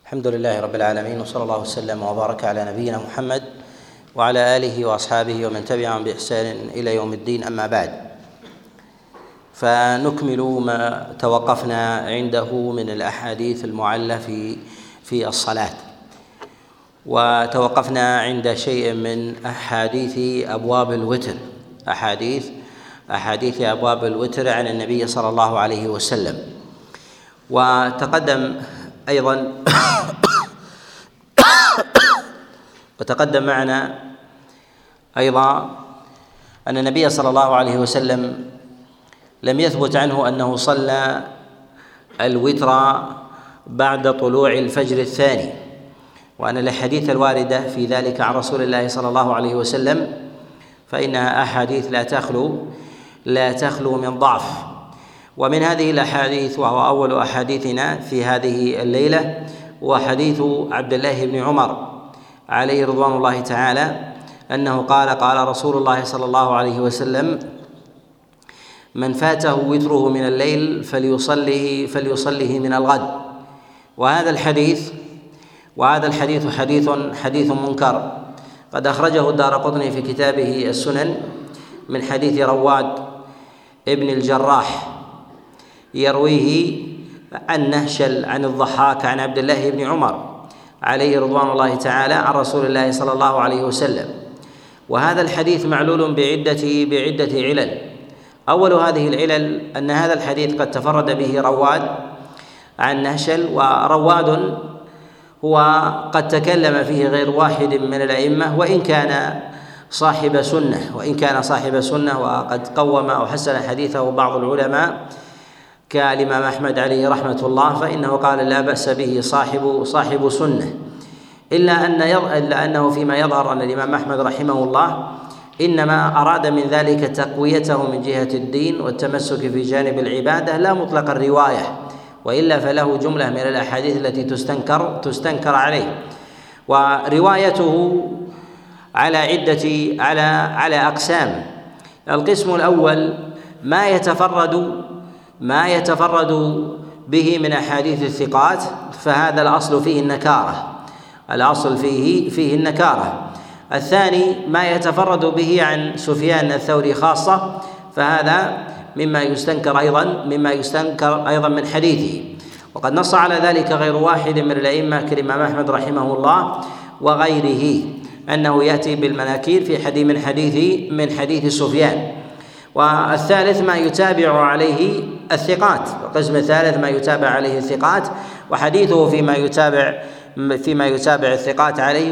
الحمد لله رب العالمين، وصلى الله وسلم وبارك على نبينا محمد وعلى آله وأصحابه ومن تبعهم بإحسان إلى يوم الدين. أما بعد، فنكمل ما توقفنا عنده من الأحاديث المعلة في الصلاة، وتوقفنا عند شيء من أحاديث أبواب الوتر، أحاديث أبواب الوتر عن النبي صلى الله عليه وسلم. وتقدم معنا أيضا أن النبي صلى الله عليه وسلم لم يثبت عنه أنه صلى الوتر بعد طلوع الفجر الثاني، وأن الأحاديث الواردة في ذلك عن رسول الله صلى الله عليه وسلم فإنها أحاديث لا تخلو من ضعف. ومن هذه الأحاديث، وهو أول أحاديثنا في هذه الليلة، وحديث عبد الله بن عمر عليه رضوان الله تعالى أنه قال رسول الله صلى الله عليه وسلم: من فاته وتره من الليل فليصليه من الغد. وهذا الحديث حديث منكر، قد أخرجه الدارقطني في كتابه السنن من حديث رواد ابن الجراح يرويه عن نهشل عن الضحاك عن عبد الله بن عمر عليه رضوان الله تعالى عن رسول الله صلى الله عليه وسلم. وهذا الحديث معلول بعدة علل. أول هذه العلل أن هذا الحديث قد تفرد به رواد عن نهشل، ورواد هو قد تكلم فيه غير واحد من الأئمة، وإن كان صاحب سنة وقد قوم أو حسن حديثه بعض العلماء كالإمام أحمد عليه رحمة الله، فإنه قال لا بأس به صاحب سنة، إلا أنه فيما يظهر أن الإمام أحمد رحمه الله إنما أراد من ذلك تقويته من جهة الدين والتمسك في جانب العبادة لا مطلق الرواية، وإلا فله جملة من الأحاديث التي تستنكر عليه. وروايته على أقسام. القسم الأول ما يتفرد به من أحاديث الثقات، فهذا الأصل فيه النكارة. الثاني ما يتفرد به عن سفيان الثوري خاصة، فهذا مما يستنكر أيضا من حديثه. وقد نص على ذلك غير واحد من الأئمة كالإمام أحمد رحمه الله وغيره، أنه يأتي بالمناكير من حديث سفيان. والثالث ما يتابع عليه الثقات، القسم الثالث ما يتابع عليه الثقات، وحديثه فيما يتابع الثقات عليه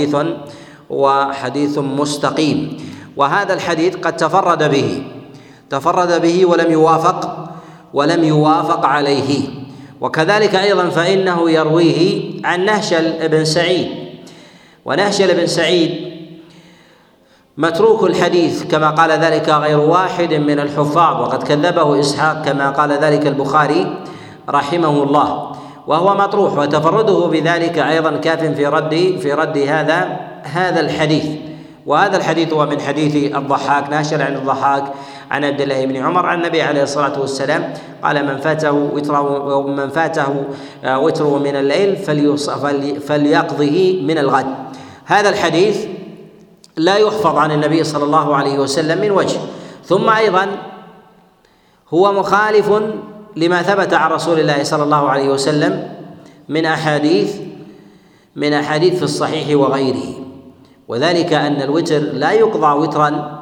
وحديث مستقيم. وهذا الحديث قد تفرد به ولم يوافق عليه. وكذلك أيضا فإنه يرويه عن نهشل بن سعيد، ونهشل بن سعيد متروك الحديث كما قال ذلك غير واحد من الحفاظ، وقد كذبه إسحاق كما قال ذلك البخاري رحمه الله، وهو مطروح، وتفرده بذلك أيضا كاف في رد هذا الحديث. وهذا الحديث هو من حديث الضحاك، ناشر عن الضحاك عن عبد الله بن عمر عن النبي عليه الصلاة والسلام قال: من فاته وتره من الليل فليقضه من الغد. هذا الحديث لا يحفظ عن النبي صلى الله عليه وسلم من وجه، ثم أيضا هو مخالف لما ثبت عن رسول الله صلى الله عليه وسلم من أحاديث في الصحيح وغيره. وذلك أن الوتر لا يقضى وترا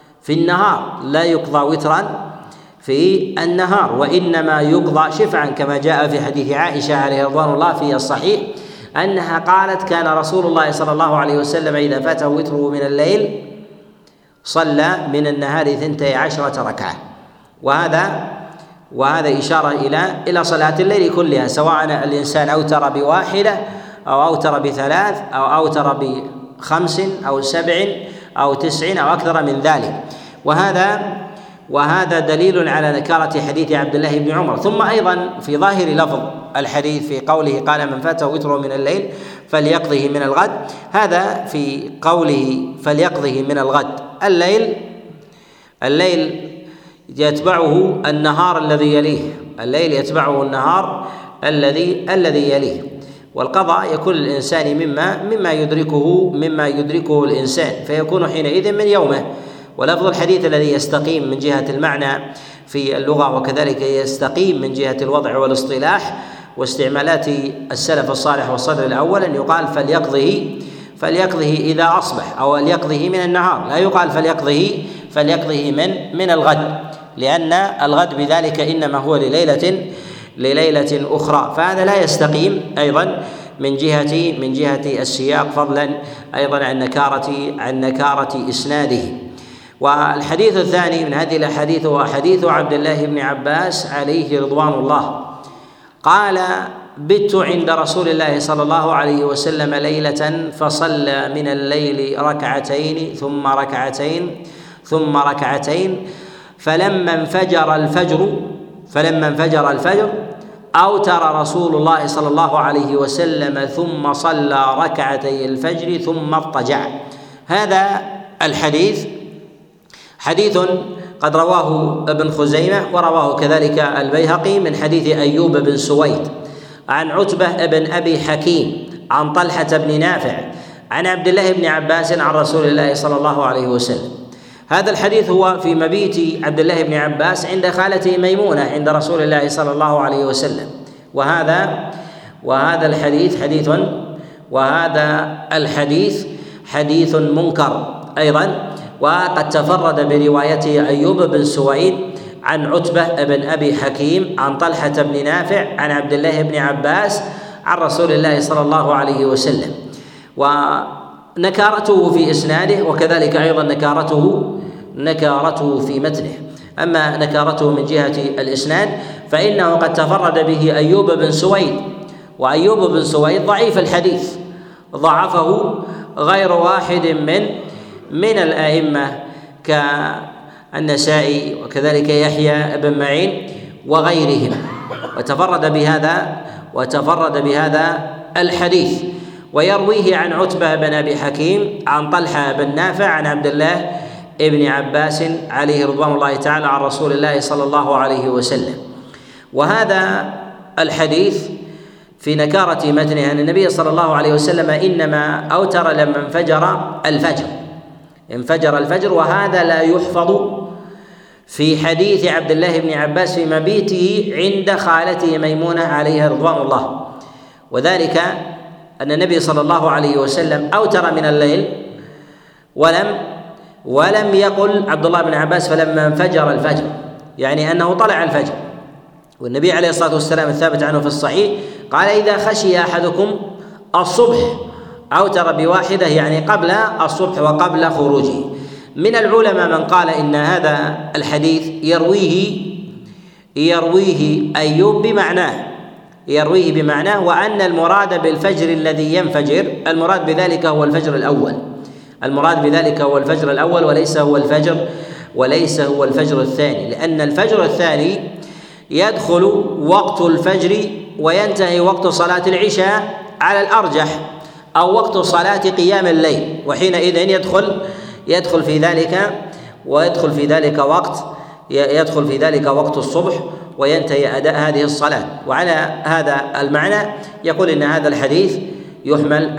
في النهار، وإنما يقضى شفعا، كما جاء في حديث عائشة عليه رضوان الله في الصحيح أنها قالت: كان رسول الله صلى الله عليه وسلم إذا فاته وتره من الليل صلى من النهار 12 ركعة. وهذا إشارة إلى صلاة الليل كلها، سواء الإنسان أوتر بواحدة أو أوتر بثلاث أو أوتر ب5 أو 7 أو 9 أو أكثر من ذلك. وهذا دليل على نكارة حديث عبد الله بن عمر. ثم أيضا في ظاهر لفظ الحديث في قوله قال: من فاته وتره من الليل فليقضه من الغد، هذا في قوله فليقضه من الغد، الليل يتبعه النهار الذي يليه، والقضاء يكون للإنسان مما يدركه الإنسان، فيكون حينئذ من يومه. ولفظ الحديث الذي يستقيم من جهة المعنى في اللغة وكذلك يستقيم من جهة الوضع والاصطلاح واستعمالات السلف الصالح والصدر الأول أن يقال فليقضه إذا أصبح، أو ليقضه من النهار، لا يقال فليقضه من الغد، لأن الغد بذلك إنما هو لليلة أخرى، فهذا لا يستقيم أيضا من جهة السياق، فضلا أيضا عن نكارة إسناده. والحديث الثاني من هذه الأحاديث هو حديث عبد الله بن عباس عليه رضوان الله قال: بت عند رسول الله صلى الله عليه وسلم ليلة فصلى من الليل ركعتين ثم ركعتين فلما انفجر الفجر أوتر رسول الله صلى الله عليه وسلم ثم صلى ركعتي الفجر ثم اضطجع. هذا الحديث حديث قد رواه ابن خزيمة ورواه كذلك البيهقي من حديث أيوب بن سويد عن عتبة بن أبي حكيم عن طلحة بن نافع عن عبد الله بن عباس عن رسول الله صلى الله عليه وسلم. هذا الحديث هو في مبيت عبد الله بن عباس عند خالته ميمونة عند رسول الله صلى الله عليه وسلم، وهذا الحديث حديث منكر أيضا. وقد تفرد بروايته أيوب بن سويد عن عتبة بن أبي حكيم عن طلحة بن نافع عن عبد الله بن عباس عن رسول الله صلى الله عليه وسلم، ونكارته في إسناده وكذلك أيضا نكارته في متنه. أما نكارته من جهة الإسناد فإنه قد تفرد به أيوب بن سويد، وأيوب بن سويد ضعيف الحديث، ضعفه غير واحد من الأئمة كالنسائي وكذلك يحيى بن معين وغيرهم، وتفرد بهذا الحديث. ويرويه عن عتبة بن أبي حكيم عن طلحة بن نافع عن عبد الله ابن عباس عليه رضوان الله تعالى عن رسول الله صلى الله عليه وسلم. وهذا الحديث في نكارة متنه أن النبي صلى الله عليه وسلم إنما أوتر لما انفجر الفجر، وهذا لا يحفظ في حديث عبد الله بن عباس في مبيته عند خالته ميمونة عليها رضوان الله، وذلك أن النبي صلى الله عليه وسلم أوتر من الليل ولم يقل عبد الله بن عباس فلما انفجر الفجر، يعني أنه طلع الفجر. والنبي عليه الصلاة والسلام الثابت عنه في الصحيح قال: إذا خشي أحدكم الصبح أوتر بواحدة، يعني قبل الصبح وقبل خروجه. من العلماء من قال إن هذا الحديث يرويه أيوب بمعناه، وأن المراد بالفجر الذي ينفجر المراد بذلك هو الفجر الأول وليس هو الفجر الثاني، لأن الفجر الثاني يدخل وقت الفجر وينتهي وقت صلاة العشاء على الأرجح، أو وقت صلاة قيام الليل، وحينئذ يدخل في ذلك وقت الصبح وينتهي أداء هذه الصلاة. وعلى هذا المعنى يقول إن هذا الحديث يحمل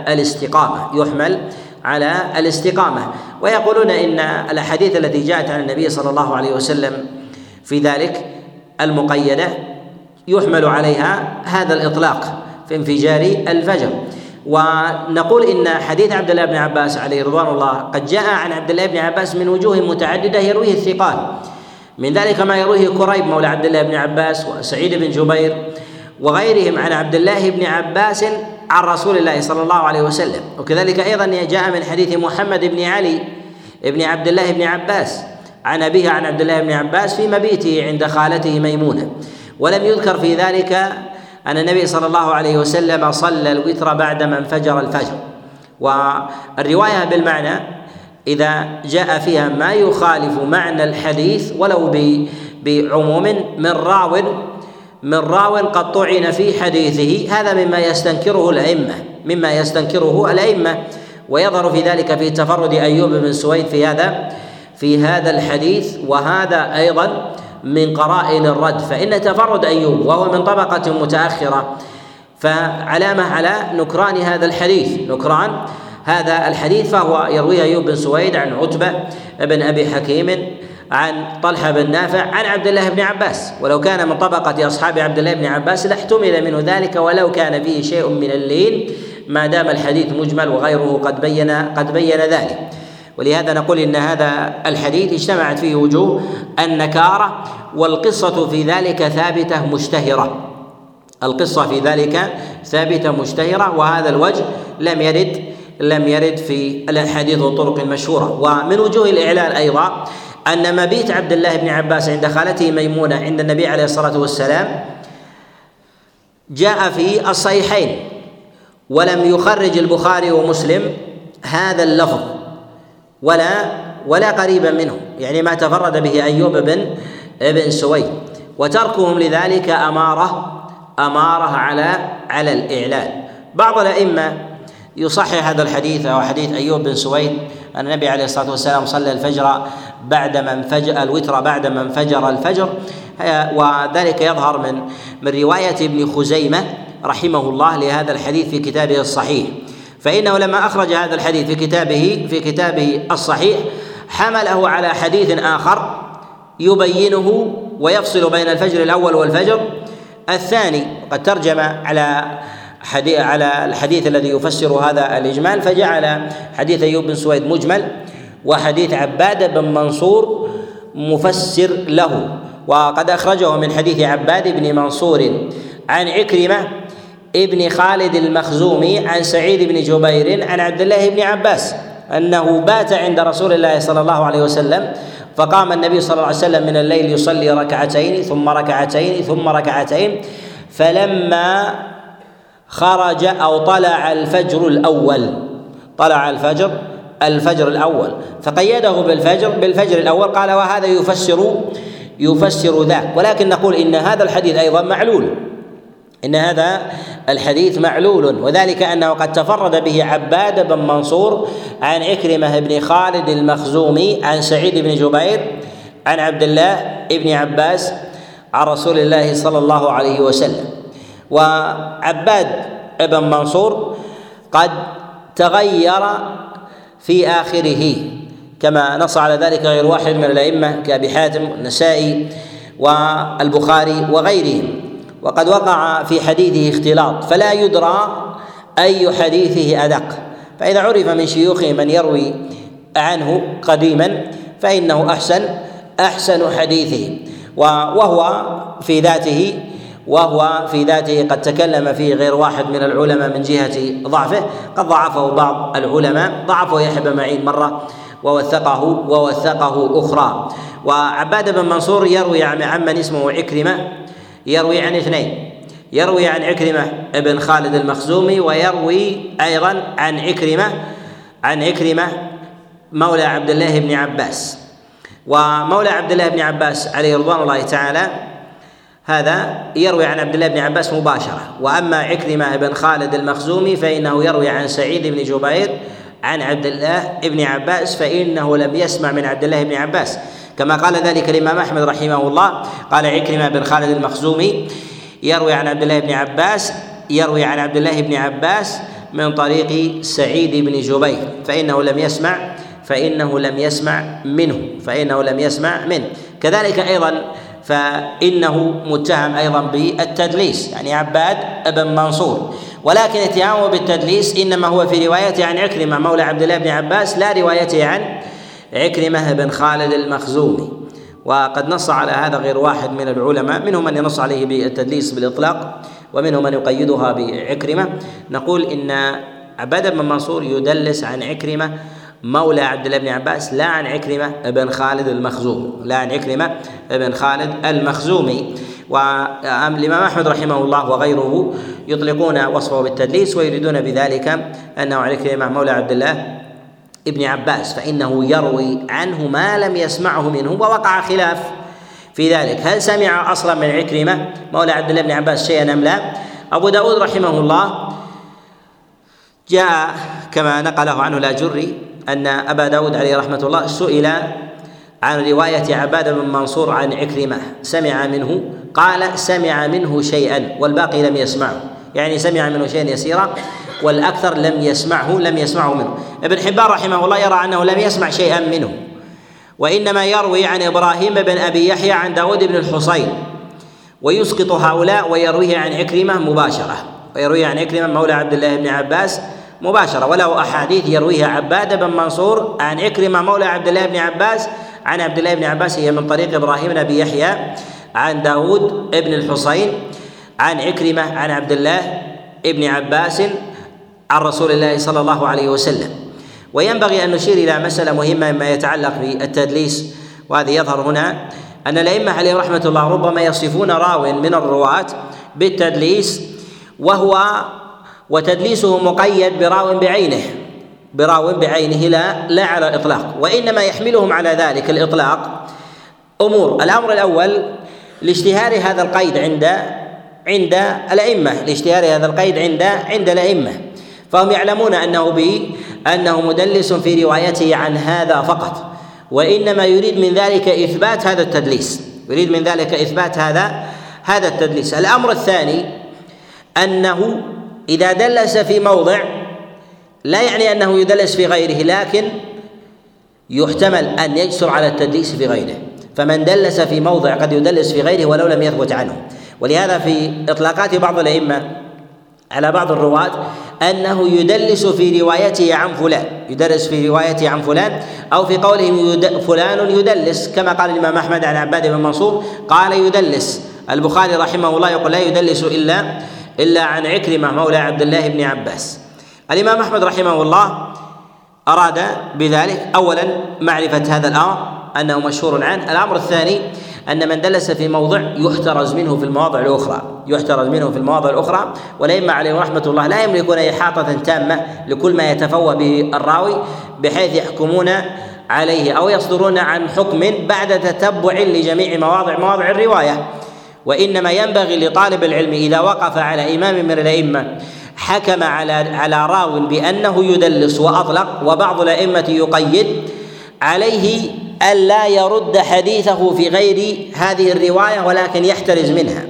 على الاستقامة. ويقولون إن الأحاديث التي جاءت عن النبي صلى الله عليه وسلم في ذلك المقيدة يحمل عليها هذا الإطلاق في انفجار الفجر. ونقول إن حديث عبد الله بن عباس عليه رضوان الله قد جاء عن عبد الله بن عباس من وجوه متعددة يرويه الثقات، من ذلك ما يرويه كريب مولى عبد الله بن عباس وسعيد بن جبير وغيرهم عن عبد الله بن عباس عن رسول الله صلى الله عليه وسلم. وكذلك أيضا جاء من حديث محمد بن علي بن عبد الله بن عباس عن أبيه عن عبد الله بن عباس في مبيته عند خالته ميمونة. ولم يذكر في ذلك أن النبي صلى الله عليه وسلم صلى الوتر بعدما انفجر الفجر. والرواية بالمعنى إذا جاء فيها ما يخالف معنى الحديث ولو بعموم من راو قد طعن في حديثه، هذا مما يستنكره الأئمة، ويظهر في ذلك في تفرد أيوب بن سويد في هذا الحديث. وهذا أيضا من قرائن الرد، فإن تفرد أيوب وهو من طبقة متأخرة فعلامة على نكران هذا الحديث فهو يرويه أيوب بن سويد عن عتبة بن أبي حكيم عن طلحة بن نافع عن عبد الله بن عباس، ولو كان من طبقة أصحاب عبد الله بن عباس لاحتمل منه ذلك ولو كان فيه شيء من اللين ما دام الحديث مجمل وغيره قد بين ذلك. ولهذا نقول إن هذا الحديث اجتمعت فيه وجوه النكارة، والقصة في ذلك ثابتة مشتهرة، وهذا الوجه لم يرد في الأحاديث والطرق المشهورة. ومن وجوه الإعلال أيضا أن مبيت عبد الله بن عباس عند خالته ميمونة عند النبي عليه الصلاة والسلام جاء في الصحيحين، ولم يخرج البخاري ومسلم هذا اللفظ ولا قريبا منه، يعني ما تفرد به أيوب بن سويد، وتركهم لذلك أمارة على الإعلال. بعض الأئمة يصحح هذا الحديث أو حديث أيوب بن سويد أن النبي عليه الصلاة والسلام صلى الوتر بعدما انفجر الفجر، وذلك يظهر من رواية ابن خزيمة رحمه الله لهذا الحديث في كتابه الصحيح، فإنه لما أخرج هذا الحديث في كتابه الصحيح حمله على حديث آخر يبينه ويفصل بين الفجر الأول والفجر الثاني، وقد ترجم على الحديث الذي يفسر هذا الإجمال، فجعل حديث أيوب بن سويد مجمل وحديث عباد بن منصور مفسر له. وقد أخرجه من حديث عباد بن منصور عن عكرمة ابن خالد المخزومي عن سعيد بن جبير عن عبد الله بن عباس أنه بات عند رسول الله صلى الله عليه وسلم، فقام النبي صلى الله عليه وسلم من الليل يصلي ركعتين ثم ركعتين ثم ركعتين، فلما خرج أو طلع الفجر الأول فقيده بالفجر الأول، قال وهذا يفسر ذاك. ولكن نقول إن هذا الحديث أيضا معلول، وذلك أنه قد تفرد به عباد بن منصور عن عكرمة بن خالد المخزومي عن سعيد بن جبير عن عبد الله بن عباس عن رسول الله صلى الله عليه وسلم. وعباد بن منصور قد تغير في آخره كما نص على ذلك غير واحد من الأئمة كأبي حاتم والنسائي والبخاري وغيرهم، وقد وقع في حديثه اختلاط فلا يدرى أي حديثه أدق، فإذا عرف من شيوخه من يروي عنه قديما فإنه أحسن حديثه، وهو في ذاته قد تكلم فيه غير واحد من العلماء من جهة ضعفه، قد ضعفه بعض العلماء، ضعفه يحيى بن معين مرة ووثقه أخرى. وعباد بن منصور يروي عمن اسمه عكرمة، يروي عن اثنين، يروي عن عكرمة ابن خالد المخزومي، ويروي أيضا عن عكرمة مولى عبد الله بن عباس. ومولى عبد الله بن عباس عليه رضوان الله تعالى هذا يروي عن عبد الله بن عباس مباشرة، وأما عكرمة بن خالد المخزومي فإنه يروي عن سعيد بن جبير عن عبد الله بن عباس، فإنه لم يسمع من عبد الله بن عباس، كما قال ذلك الإمام أحمد رحمه الله، قال عكرمة بن خالد المخزومي يروي عن عبد الله بن عباس من طريق سعيد بن جبير، فإنه لم يسمع منه. كذلك أيضا فإنه متهم أيضا بالتدليس، يعني عباد بن منصور، ولكن اتهامه بالتدليس إنما هو في روايته عن عكرمة مولى عبد الله بن عباس، لا روايته عن عكرمة بن خالد المخزومي. وقد نص على هذا غير واحد من العلماء، منهم من ينص عليه بالتدليس بالإطلاق، ومنهم من يقيدها بعكرمة. نقول إن عباد بن منصور يدلس عن عكرمة مولى عبد الله بن عباس، لا عن عكرمة بن خالد المخزومي. والإمام أحمد رحمه الله وغيره يطلقون وصفه بالتدليس ويريدون بذلك أنه عكرمة مولى عبد الله ابن عباس، فإنه يروي عنه ما لم يسمعه منه، ووقع خلاف في ذلك، هل سمع أصلا من عكرمة مولى عبد الله بن عباس شيئا أم لا؟ أبو داود رحمه الله جاء كما نقله عنه الأجري أن أبا داود عليه رحمة الله سئل عن رواية عباد بن منصور عن عكرمة سمع منه، قال سمع منه شيئا والباقي لم يسمعه، يعني سمع منه شيئا يسيرا، والأكثر لم يسمعه منه. ابن حبان رحمه الله يرى أنه لم يسمع شيئا منه، وإنما يروي عن إبراهيم بن أبي يحيى عن داود بن الحصين، ويسقط هؤلاء ويرويه عن عكرمة مباشرة، ويرويه عن عكرمة مولى عبد الله بن عباس مباشرة. وله أحاديث يرويها عباد بن منصور عن عكرمة مولى عبد الله بن عباس عن عبد الله بن عباس، هي من طريق إبراهيم بن أبي يحيى عن داود بن الحصين عن عكرمة عن عبد الله بن عباس عن رسول الله صلى الله عليه وسلم. وينبغي أن نشير إلى مسألة مهمة مما يتعلق بالتدليس، وهذه يظهر هنا أن الأئمة عليهم رحمة الله ربما يصفون راو من الرواة بالتدليس، وتدليسه مقيد براو بعينه لا على الإطلاق، وإنما يحملهم على ذلك الإطلاق أمور. الأمر الأول لاشتهار هذا القيد عند الأئمة، فهم يعلمون أنه مدلس في روايته عن هذا فقط، وإنما يريد من ذلك إثبات هذا التدليس. الأمر الثاني أنه إذا دلس في موضع لا يعني أنه يدلس في غيره، لكن يحتمل أن يجسر على التدليس في غيره، فمن دلس في موضع قد يدلس في غيره ولو لم يثبت عنه. ولهذا في إطلاقات بعض الأئمة على بعض الرواة أنه يدلس في روايته عن فلان، أو في قولهم فلان يدلس، كما قال الإمام أحمد عن عباد بن منصور قال يدلس. البخاري رحمه الله يقول لا يدلس إلا عن عكرمة مولى عبد الله بن عباس. الإمام أحمد رحمه الله أراد بذلك أولا معرفة هذا الأمر أنه مشهور عنه. الأمر الثاني أن من دلس في موضع يحترز منه في المواضع الأخرى، والأئمة عليهم رحمة الله لا يملكون إحاطة تامة لكل ما يتفوه به الراوي بحيث يحكمون عليه أو يصدرون عن حكم بعد تتبع لجميع مواضع الرواية. وإنما ينبغي لطالب العلم إذا وقف على إمام من الأئمة حكم على راو بأنه يدلس وأطلق، وبعض الأئمة يقيد، عليه ألا يرد حديثه في غير هذه الرواية، ولكن يحترز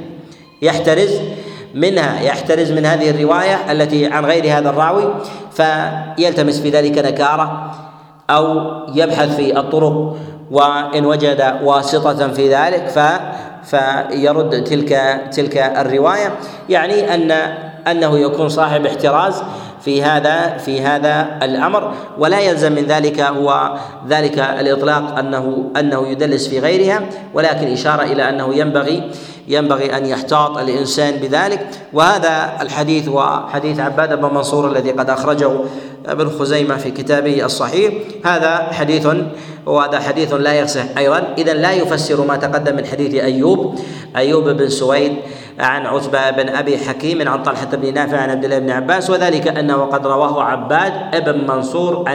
من هذه الرواية التي عن غير هذا الراوي، فيلتمس في ذلك نكارة أو يبحث في الطرق، وإن وجد واسطة في ذلك فيرد تلك الرواية، يعني أنه يكون صاحب احتراز في هذا الأمر، ولا يلزم من ذلك هو ذلك الإطلاق أنه يدلس في غيرها، ولكن إشارة إلى أنه ينبغي أن يحتاط الإنسان بذلك. وهذا الحديث وحديث عباد بن منصور الذي قد أخرجه ابن خزيمة في كتابه الصحيح، هذا حديث لا يصح أيضا، إذن لا يفسر ما تقدم من حديث أيوب بن سويد عن عتبة بن أبي حكيم عن طلحة بن نافع عن عبد الله بن عباس، وذلك أنه قد رواه عباد بن منصور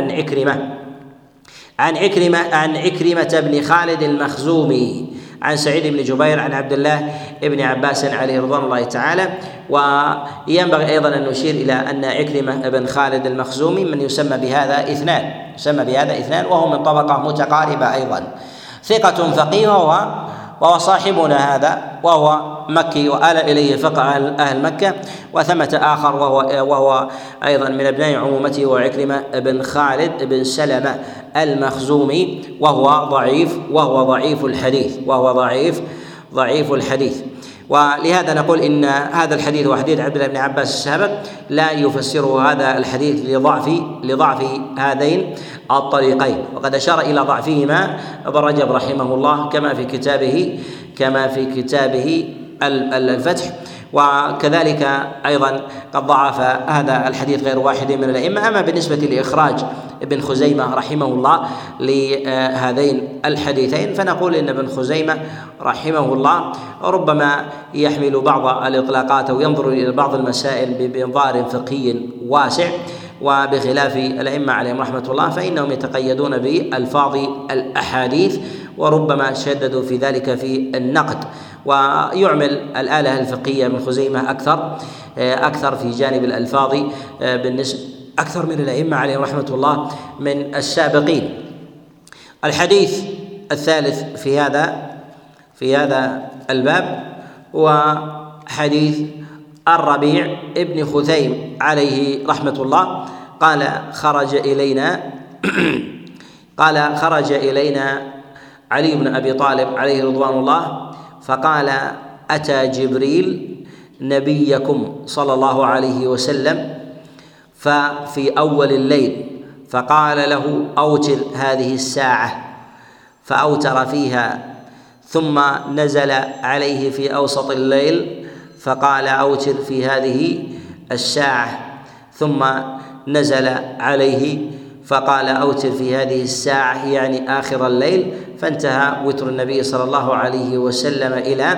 عن عكرمة بن خالد المخزومي عن سعيد بن جبير عن عبد الله بن عباس عليه رضوان الله تعالى. وينبغي أيضا أن نشير إلى أن عكرمة بن خالد المخزومي من يسمى بهذا اثنان، وهو من طبقة متقاربة أيضا، ثقة فقيه وهو صاحبنا هذا، وهو مكي وآل إليه فقه أهل مكة. وثمة آخر وهو أيضا من أبناء عمومته وعكرمة بن خالد بن سلمة المخزومي، وهو ضعيف الحديث. ولهذا نقول إن هذا الحديث وحديث عبد الله بن عباس السابق لا يفسره هذا الحديث لضعف هذين الطريقين، وقد أشار إلى ضعفهما ابن رجب رحمه الله كما في كتابه الفتح. وكذلك أيضا قد ضعف هذا الحديث غير واحد من الأئمة. أما بالنسبة لإخراج ابن خزيمة رحمه الله لهذين الحديثين، فنقول إن ابن خزيمة رحمه الله ربما يحمل بعض الإطلاقات أو ينظر إلى بعض المسائل بإنظار فقهي واسع، وبخلاف الأئمة عليهم رحمة الله فإنهم يتقيدون بألفاظ الأحاديث، وربما شددوا في ذلك في النقد، ويعمل الآلة الفقهية من خزيمة أكثر في جانب الألفاظ بالنسبة أكثر من الأئمة عليهم رحمة الله من السابقين. الحديث الثالث في هذا الباب هو حديث الربيع ابن خثيم عليه رحمة الله قال خرج إلينا علي بن أبي طالب عليه رضوان الله فقال: أتى جبريل نبيكم صلى الله عليه وسلم ففي أول الليل فقال له: أوتر هذه الساعة، فأوتر فيها، ثم نزل عليه في أوسط الليل فقال: أوتر في هذه الساعة، ثم نزل عليه فقال: أوتر في هذه الساعة، يعني آخر الليل. فانتهى وتر النبي صلى الله عليه وسلم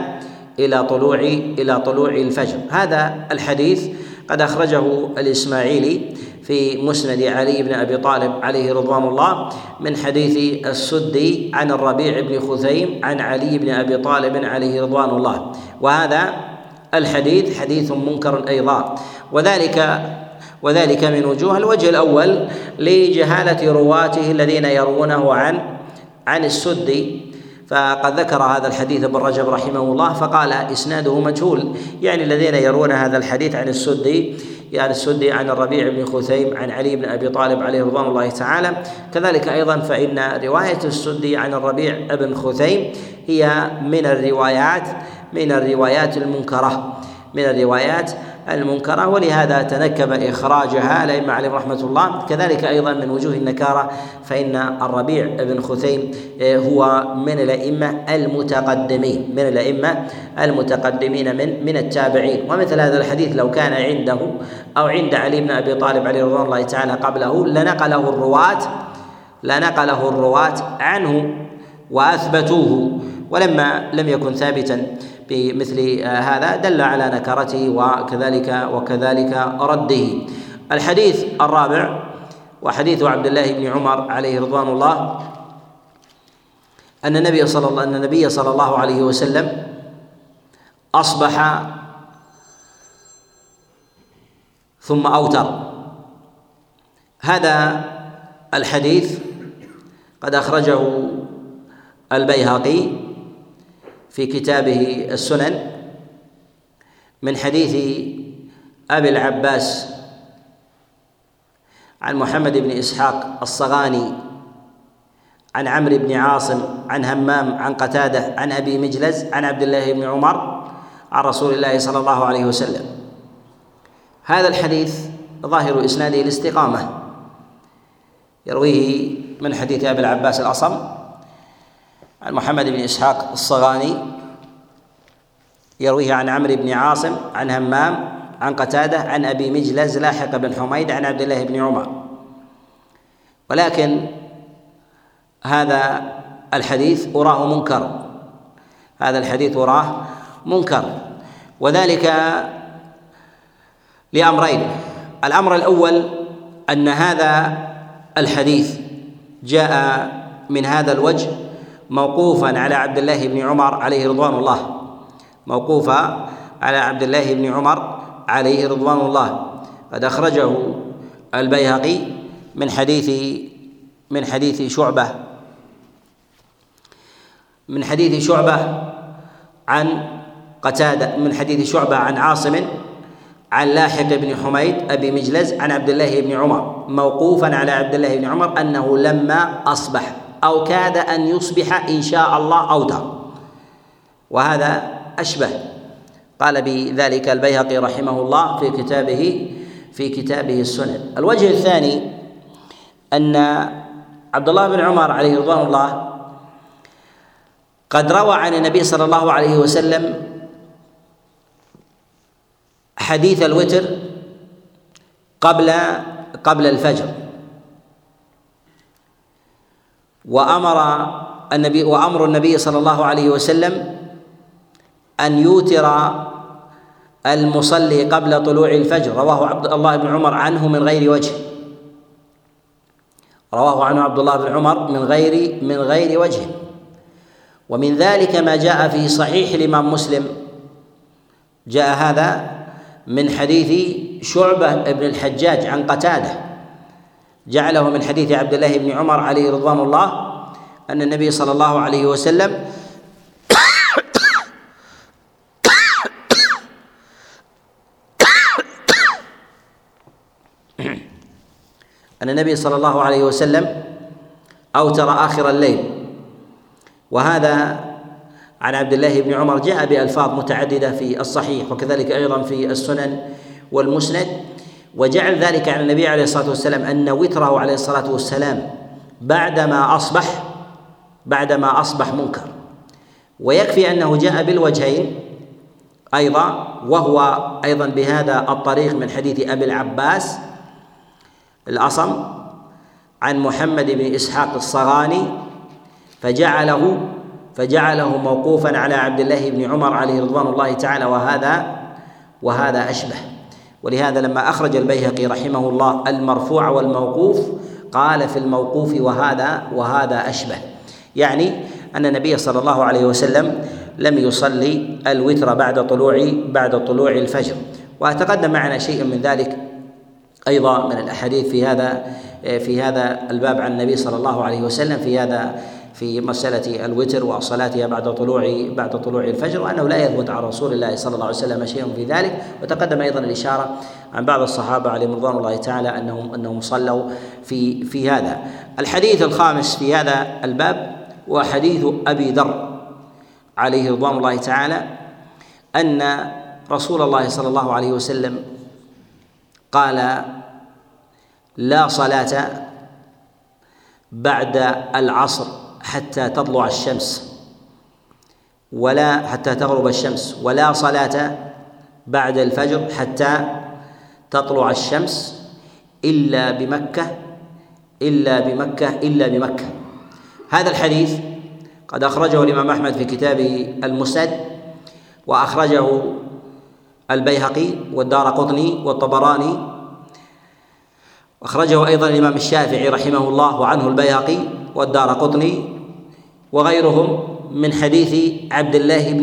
إلى طلوع الفجر. هذا الحديث قد أخرجه الإسماعيلي في مسند علي بن أبي طالب عليه رضوان الله من حديث السدي عن الربيع بن خثيم عن علي بن أبي طالب عليه رضوان الله، وهذا الحديث حديث منكر أيضا، وذلك من وجوه. الوجه الأول لجهالة رواته الذين يروونه عن السدي، فقد ذكر هذا الحديث ابن رجب رحمه الله فقال: إسناده مجهول، يعني الذين يروون هذا الحديث عن السدي، يعني السدي عن الربيع بن خثيم عن علي بن أبي طالب عليه رضوان الله تعالى. كذلك أيضا فإن رواية السدي عن الربيع بن خثيم هي من الروايات المنكرة، ولهذا تنكب إخراجها الأئمة عليهم رحمة الله. كذلك أيضا من وجوه النكارة فإن الربيع بن خثيم هو من الأئمة المتقدمين من التابعين، ومثل هذا الحديث لو كان عنده أو عند علي بن أبي طالب عليه رضوان الله تعالى قبله لنقله الرواة عنه وأثبتوه، ولما لم يكن ثابتا بمثل هذا دل على نكرته وكذلك رده. الحديث الرابع وحديث عبد الله بن عمر عليه رضوان الله أن النبي صلى الله عليه وسلم أصبح ثم أوتر. هذا الحديث قد أخرجه البيهقي في كتابه السنن من حديث أبي العباس عن محمد بن إسحاق الصغاني عن عمرو بن عاصم عن همام عن قتادة عن أبي مجلز عن عبد الله بن عمر عن رسول الله صلى الله عليه وسلم. هذا الحديث ظاهر إسناده الاستقامة، يرويه من حديث أبي العباس الأصم عن محمد بن إسحاق الصغاني، يرويه عن عمرو بن عاصم عن همام عن قتادة عن أبي مجلز لاحق بن حميد عن عبد الله بن عمر. ولكن هذا الحديث أراه منكر، وذلك لأمرين. الأمر الأول أن هذا الحديث جاء من هذا الوجه موقوفا على عبد الله بن عمر عليه رضوان الله، قد أخرجه البيهقي من حديث شعبة عن قتادة، من حديث شعبة عن عاصم عن لاحق بن حميد أبي مجلز عن عبد الله بن عمر موقوفا على عبد الله بن عمر أنه لما أصبح أو كاد أن يصبح إن شاء الله أوتر، وهذا أشبه. قال بذلك البيهقي رحمه الله في كتابه السنن. الوجه الثاني أن عبد الله بن عمر عليه رضوان الله قد روى عن النبي صلى الله عليه وسلم حديث الوتر قبل الفجر، وأمر النبي صلى الله عليه وسلم أن يوتر المصلي قبل طلوع الفجر، رواه عبد الله بن عمر عنه من غير وجه، من غير وجه. ومن ذلك ما جاء في صحيح الإمام مسلم، جاء هذا من حديث شعبة بن الحجاج عن قتادة، جعله من حديث عبد الله بن عمر عليه رضوان الله أن النبي صلى الله عليه وسلم أن النبي صلى الله عليه وسلم أوتر آخر الليل، وهذا عن عبد الله بن عمر جاء بألفاظ متعددة في الصحيح وكذلك أيضا في السنن والمسند، وجعل ذلك عن النبي عليه الصلاة والسلام أن وتره عليه الصلاة والسلام بعدما أصبح منكر. ويكفي أنه جاء بالوجهين أيضا، وهو أيضا بهذا الطريق من حديث أبي العباس الأصم عن محمد بن إسحاق الصغاني فجعله موقوفا على عبد الله بن عمر عليه رضوان الله تعالى، وهذا أشبه. ولهذا لما أخرج البيهقي رحمه الله المرفوع والموقوف قال في الموقوف وهذا أشبه، يعني أن النبي صلى الله عليه وسلم لم يصلي الوتر بعد طلوع الفجر. وتقدم معنا شيء من ذلك أيضا من الأحاديث في هذا الباب عن النبي صلى الله عليه وسلم في مسألة الوتر وصلاتها بعد طلوع الفجر، وأنه لا يثبت عن رسول الله صلى الله عليه وسلم شيء في ذلك. وتقدم أيضا الإشارة عن بعض الصحابة عليهم رضوان الله تعالى أنهم صلوا في هذا. الحديث الخامس في هذا الباب وحديث أبي ذر عليه رضوان الله تعالى أن رسول الله صلى الله عليه وسلم قال: لا صلاة بعد العصر حتى تطلع الشمس حتى تغرب الشمس، ولا صلاة بعد الفجر حتى تطلع الشمس إلا بمكة. هذا الحديث قد أخرجه الإمام أحمد في كتابه المسند، وأخرجه البيهقي والدارقطني والطبراني، وأخرجه أيضا الإمام الشافعي رحمه الله وعنه البيهقي والدارقطني وغيرهم من حديث عبد الله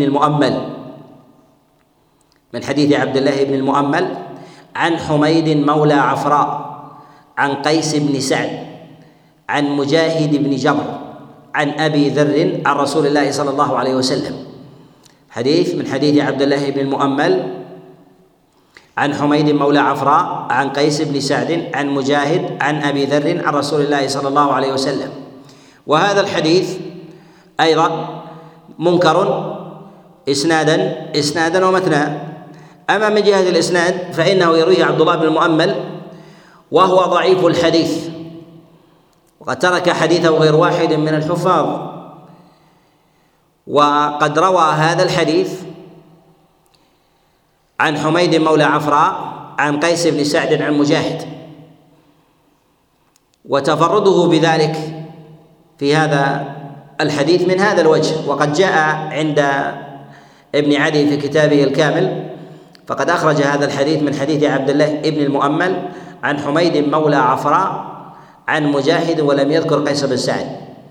بن المؤمل عن حميد مولى عفراء عن قيس بن سعد عن مجاهد بن جبر عن أبي ذر عن رسول الله صلى الله عليه وسلم. حديث من حديث عبد الله بن المؤمل عن حميد مولى عفراء عن قيس بن سعد عن مجاهد عن أبي ذر عن رسول الله صلى الله عليه وسلم. وهذا الحديث أيضا منكر إسنادا ومتنا. أما من جهة الإسناد فإنه يرويه عبد الله بن المؤمل وهو ضعيف الحديث، وقد ترك حديثه غير واحد من الحفاظ. وقد روى هذا الحديث عن حميد مولى عفراء عن قيس بن سعد عن مجاهد، وتفرده بذلك في هذا الحديث من هذا الوجه. وقد جاء عند ابن عدي في كتابه الكامل فقد أخرج هذا الحديث من حديث عبد الله بن المؤمل عن حميد مولى عفراء عن مجاهد ولم يذكر قيس بن سعد،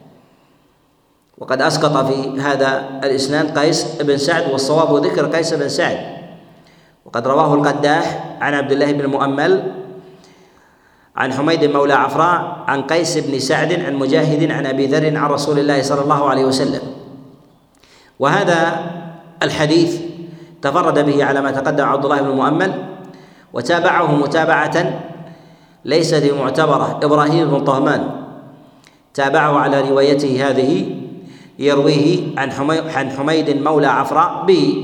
وقد أسقط في هذا الإسناد قيس بن سعد، والصواب ذكر قيس بن سعد. وقد رواه القداح عن عبد الله بن المؤمل عن حميد مولى عفراء عن قيس بن سعد عن مجاهد عن أبي ذر عن رسول الله صلى الله عليه وسلم. وهذا الحديث تفرد به على ما تقدم عبد الله بن المؤمل، وتابعه متابعة ليست معتبرة إبراهيم بن طهمان، تابعه على روايته هذه يرويه عن حميد مولى عفراء به.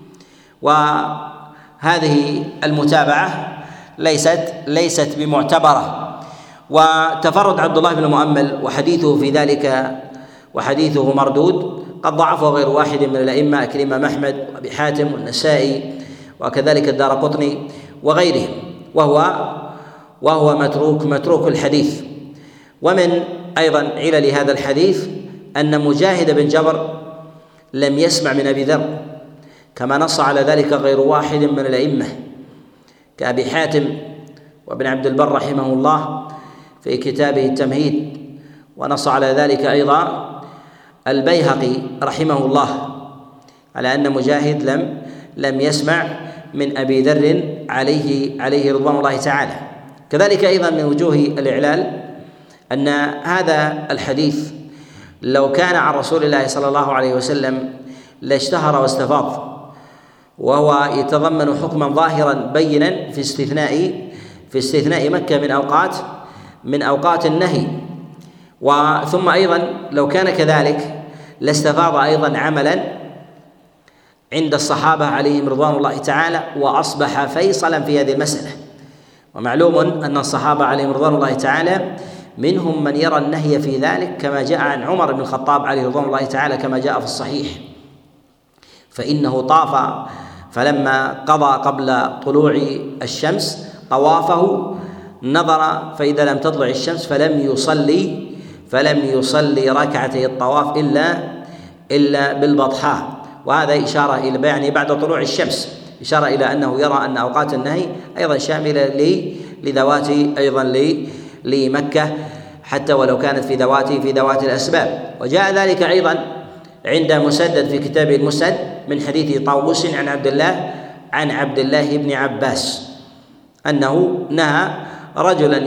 وهذه المتابعة ليست بمعتبرة. وتفرد عبد الله بن المؤمل وحديثه في ذلك وحديثه مردود، قد ضعفه غير واحد من الأئمة كالإمام أحمد وأبي حاتم والنسائي وكذلك الدارقطني وغيرهم، وهو متروك الحديث. ومن أيضا علل هذا الحديث أن مجاهد بن جبر لم يسمع من أبي ذر، كما نص على ذلك غير واحد من الأئمة كأبي حاتم وابن عبد البر رحمه الله في كتابه التمهيد، ونص على ذلك أيضا البيهقي رحمه الله على أن مجاهد لم يسمع من أبي ذر عليه رضوان الله تعالى. كذلك أيضا من وجوه الإعلال أن هذا الحديث لو كان عن رسول الله صلى الله عليه وسلم لاشتهر واستفاض، وهو يتضمن حكما ظاهرا بينا في استثناء مكة من أوقات من أوقات النهي. ثم أيضا لو كان كذلك لاستفاض أيضا عملا عند الصحابة عليهم رضوان الله تعالى وأصبح فيصلا في هذه المسألة. ومعلوم أن الصحابة عليهم رضوان الله تعالى منهم من يرى النهي في ذلك كما جاء عن عمر بن الخطاب عليه رضوان الله تعالى كما جاء في الصحيح، فإنه طاف فلما قضى قبل طلوع الشمس طوافه نظر فإذا لم تطلع الشمس فلم يصلي ركعتي الطواف إلا بالبطحاء. وهذا إشارة إلى يعني بعد طلوع الشمس، إشارة إلى أنه يرى أن أوقات النهي أيضا شاملة لذوات أيضا لمكة حتى ولو كانت في ذوات الأسباب. وجاء ذلك أيضا عند مسدد في كتابه المسند من حديث طاووس عن عبد الله بن عباس أنه نهى رجلا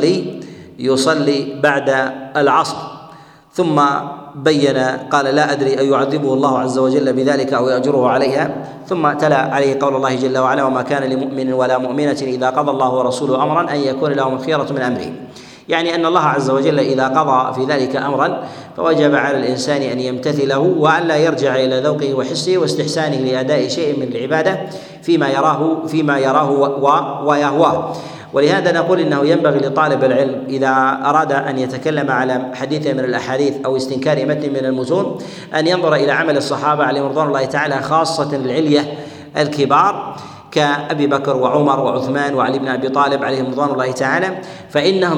يصلي بعد العصر، ثم بين قال لا أدري أن يعذبه الله عز وجل بذلك أو يأجره عليها، ثم تلا عليه قول الله جل وعلا وما كان لمؤمن ولا مؤمنة إذا قضى الله ورسوله أمرا أن يكون لهم الخيرة من أمره، يعني أن الله عز وجل إذا قضى في ذلك أمرا فوجب على الإنسان أن يمتثله وألا يرجع إلى ذوقه وحسه واستحسانه لأداء شيء من العبادة فيما يراه ويهواه. ولهذا نقول إنه ينبغي لطالب العلم إذا أراد أن يتكلم على حديث من الأحاديث أو استنكار متن من المتون أن ينظر إلى عمل الصحابة عليهم رضوان الله تعالى، خاصة العلية الكبار كأبي بكر وعمر وعثمان وعلي بن أبي طالب عليهم رضوان الله تعالى، فإنهم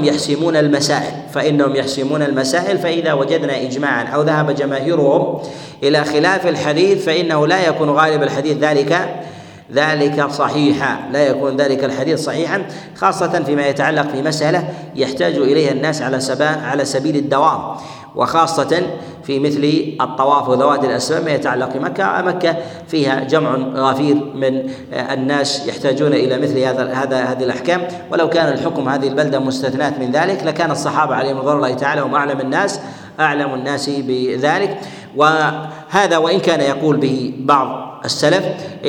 يحسمون المسائل. فإذا وجدنا إجماعا أو ذهب جماهيرهم إلى خلاف الحديث فإنه لا يكون غالب الحديث ذلك صحيحا، لا يكون ذلك الحديث صحيحا، خاصة فيما يتعلق في مسألة يحتاج إليها الناس على سبيل الدوام، وخاصة في مثل الطواف وذوات الأسباب ما يتعلق في مكة فيها جمع غفير من الناس يحتاجون إلى مثل هذه الأحكام. ولو كان الحكم هذه البلدة مستثنات من ذلك لكان الصحابة عليهم رضوان الله تعالى هم أعلم الناس بذلك. وهذا وإن كان يقول به بعض السلف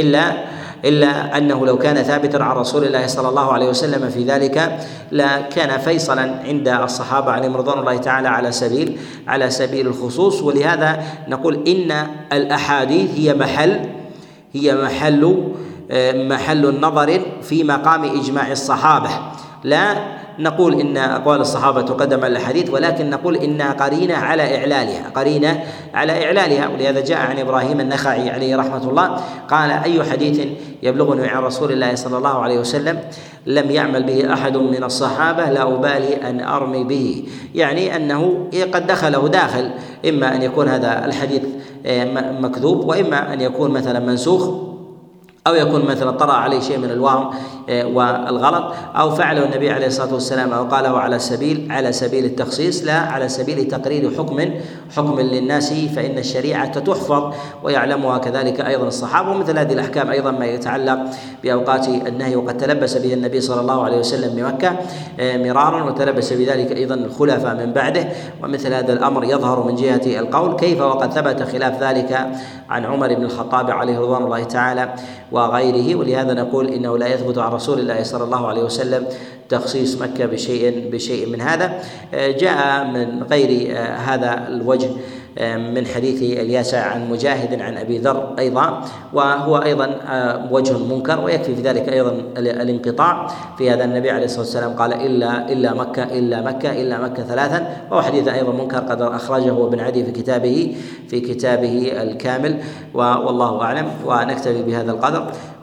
إلا أنه لو كان ثابتا عن رسول الله صلى الله عليه وسلم في ذلك لكان فيصلا عند الصحابة عليهم رضوان الله تعالى على سبيل الخصوص. ولهذا نقول إن الأحاديث هي محل النظر في مقام إجماع الصحابة، لا نقول إن أقوال الصحابة تقدم على الحديث، ولكن نقول إنها قرينة على إعلالها. ولهذا جاء عن إبراهيم النخعي عليه رحمة الله قال أي حديث يبلغني عن رسول الله صلى الله عليه وسلم لم يعمل به أحد من الصحابة لا أبالي أن أرمي به، يعني أنه قد دخله داخل، إما أن يكون هذا الحديث مكذوب، وإما أن يكون مثلا منسوخ، أو يكون مثلا طرأ عليه شيء من الوهم والغلط، أو فعله النبي عليه الصلاة والسلام أو قاله على سبيل التخصيص لا على سبيل تقرير حكم للناس، فإن الشريعة تحفظ ويعلمها كذلك أيضا الصحابة. ومثل هذه الأحكام أيضا ما يتعلق بأوقات النهي وقد تلبس به النبي صلى الله عليه وسلم بمكة مرارا، وتلبس بذلك أيضا الخلفاء من بعده. ومثل هذا الأمر يظهر من جهة القول كيف وقد ثبت خلاف ذلك عن عمر بن الخطاب عليه رضوان الله تعالى وغيره. ولهذا نقول إنه لا يثبت عن رسول الله صلى الله عليه وسلم تخصيص مكة بشيء من هذا. جاء من غير هذا الوجه من حديث الياسع عن مجاهد عن أبي ذر أيضا، وهو أيضا وجه منكر، ويكفي في ذلك أيضا الانقطاع في هذا. النبي عليه الصلاة والسلام قال إلا مكة ثلاثا، وهو حديث أيضا منكر قد أخرجه ابن عدي في كتابه الكامل. والله أعلم، ونكتفي بهذا القدر.